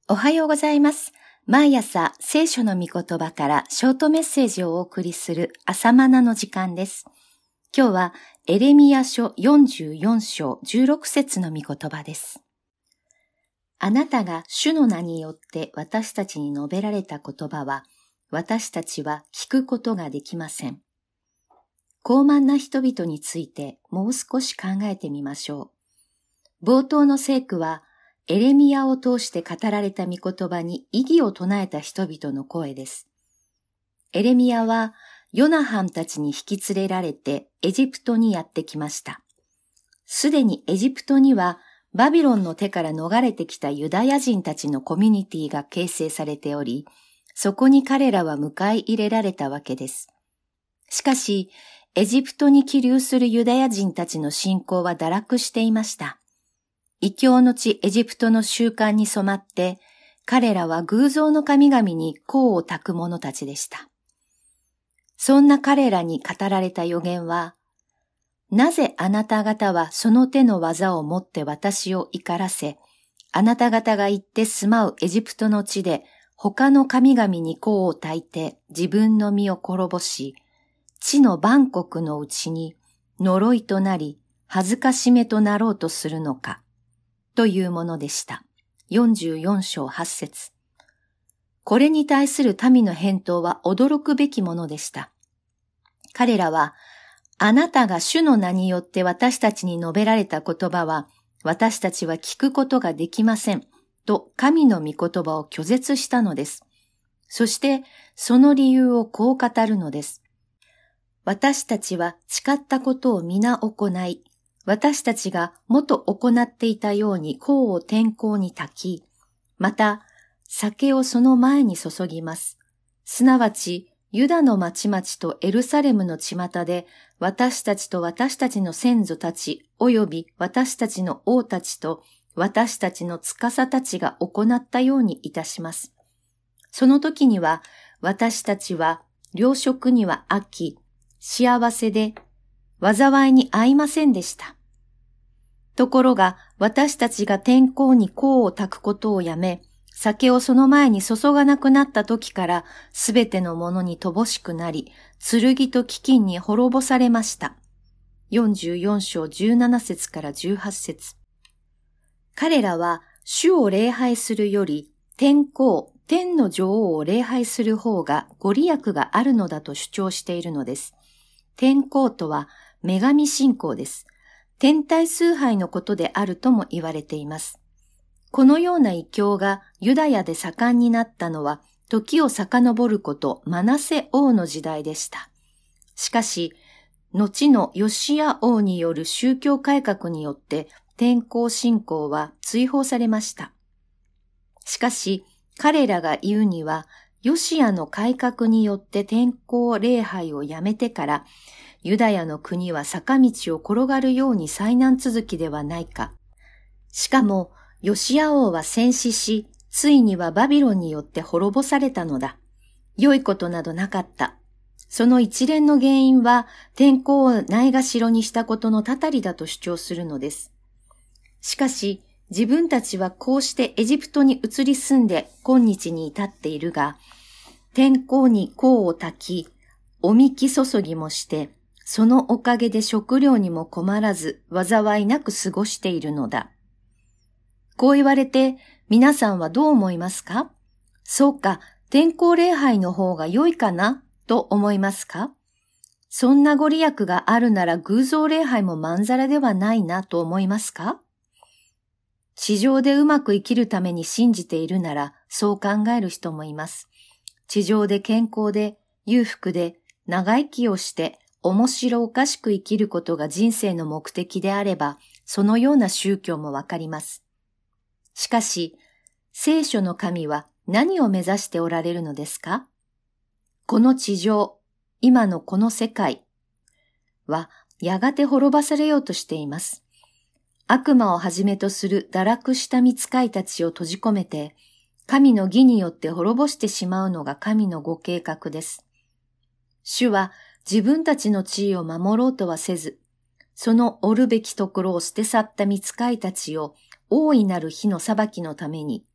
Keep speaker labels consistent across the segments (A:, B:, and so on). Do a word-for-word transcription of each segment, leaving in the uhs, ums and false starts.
A: おはようございます。毎朝聖書の御言葉からショートメッセージをお送りする朝マナの時間です。今日はエレミヤ書よんじゅうよん章じゅうろく節の御言葉です。あなたが主の名によって私たちに述べられた言葉は、私たちは聞くことができません。傲慢な人々についてもう少し考えてみましょう。冒頭の聖句は、エレミヤを通して語られた御言葉に異議を唱えた人々の声です。エレミヤはヨナハンたちに引き連れられてエジプトにやってきました。すでにエジプトにはバビロンの手から逃れてきたユダヤ人たちのコミュニティが形成されており、そこに彼らは迎え入れられたわけです。しかし、エジプトに帰留するユダヤ人たちの信仰は堕落していました。異教の地エジプトの習慣に染まって、彼らは偶像の神々に香を焚く者たちでした。そんな彼らに語られた預言は、なぜあなた方はその手の技をもって私を怒らせ、あなた方が行って住まうエジプトの地で他の神々に香を焚いて自分の身を滅ぼし、地の万国のうちに呪いとなり恥ずかしめとなろうとするのか。というものでした。よんじゅうよん章はち節。これに対する民の返答は驚くべきものでした。彼らは、あなたが主の名によって私たちに述べられた言葉は、私たちは聞くことができません。と神の御言葉を拒絶したのです。そして、その理由をこう語るのです。私たちは誓ったことを皆行い、私たちが元行っていたように香を天候に焚き、また酒をその前に注ぎます。すなわち、ユダの町々とエルサレムの巷で、私たちと私たちの先祖たち、および私たちの王たちと私たちの司たちが行ったようにいたします。その時には、私たちは糧食には飽き、幸せで、災いに合いませんでした。ところが私たちが天候に香を焚くことをやめ、酒をその前に注がなくなった時からすべてのものに乏しくなり、剣と飢饉に滅ぼされました。よんじゅうよん章じゅうなな節からじゅうはち節。彼らは主を礼拝するより天候、天の女王を礼拝する方がご利益があるのだと主張しているのです。天候とは女神信仰です。天体崇拝のことであるとも言われています。このような異教がユダヤで盛んになったのは、時を遡ることマナセ王の時代でした。しかし、後のヨシア王による宗教改革によって天候信仰は追放されました。しかし、彼らが言うには、ヨシアの改革によって天候礼拝をやめてから、ユダヤの国は坂道を転がるように災難続きではないか。しかも、ヨシア王は戦死し、ついにはバビロンによって滅ぼされたのだ。良いことなどなかった。その一連の原因は、天候をないがしろにしたことのたたりだと主張するのです。しかし、自分たちはこうしてエジプトに移り住んで今日に至っているが、天候に香を焚き、おみき注ぎもして、そのおかげで食料にも困らず、災いなく過ごしているのだ。こう言われて、皆さんはどう思いますか？そうか、天候礼拝の方が良いかなと思いますか？そんなご利益があるなら偶像礼拝もまんざらではないなと思いますか？地上でうまく生きるために信じているなら、そう考える人もいます。地上で健康で、裕福で、長生きをして、面白おかしく生きることが人生の目的であれば、そのような宗教もわかります。しかし、聖書の神は何を目指しておられるのですか？この地上、今のこの世界はやがて滅ばされようとしています。悪魔をはじめとする堕落した御使いたちを閉じ込めて、神の義によって滅ぼしてしまうのが神のご計画です。主は自分たちの地位を守ろうとはせず、そのおるべきところを捨て去った御使いたちを大いなる火の裁きのために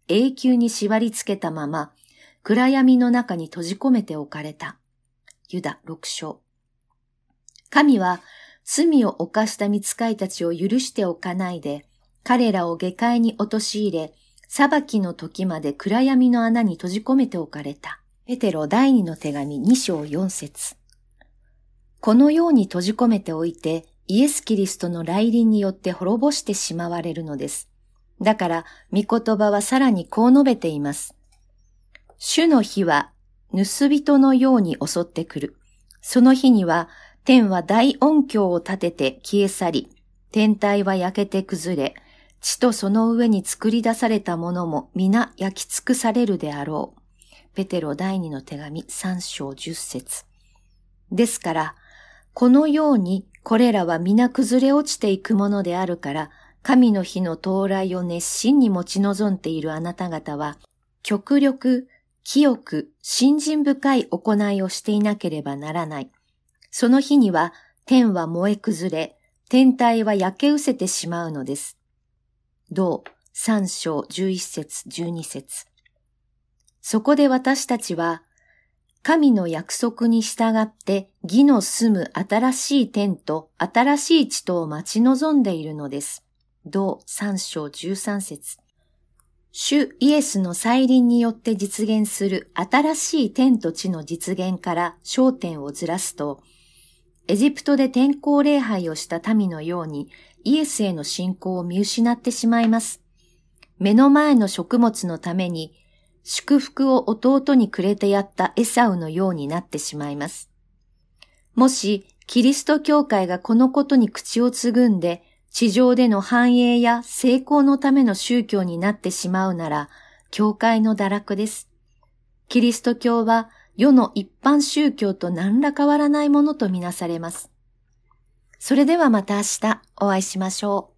A: 永久に縛り付けたまま、暗闇の中に閉じ込めておかれた。ユダろく章。神は罪を犯した御使いたちを許しておかないで、彼らを下界に陥れ、裁きの時まで暗闇の穴に閉じ込めておかれた。ペテロ第二の手紙に章よん節。このように閉じ込めておいて、イエス・キリストの来臨によって滅ぼしてしまわれるのです。だから、御言葉はさらにこう述べています。主の日は、盗人のように襲ってくる。その日には、天は大音響を立てて消え去り、天体は焼けて崩れ、地とその上に作り出されたものも皆焼き尽くされるであろう。ペテロ第二の手紙さん章じゅっ節。ですから、このようにこれらは皆崩れ落ちていくものであるから、神の日の到来を熱心に待ち望んでいるあなた方は、極力、清く、信心深い行いをしていなければならない。その日には、天は燃え崩れ、天体は焼け失せてしまうのです。同さん章じゅういち節じゅうに節。そこで私たちは、神の約束に従って義の住む新しい天と新しい地とを待ち望んでいるのです。同さん章じゅうさん節。主イエスの再臨によって実現する新しい天と地の実現から焦点をずらすと、エジプトで天候礼拝をした民のようにイエスへの信仰を見失ってしまいます。目の前の食物のために祝福を弟にくれてやったエサウのようになってしまいます。もしキリスト教会がこのことに口をつぐんで地上での繁栄や成功のための宗教になってしまうなら、教会の堕落です。キリスト教は世の一般宗教と何ら変わらないものとみなされます。それではまた明日お会いしましょう。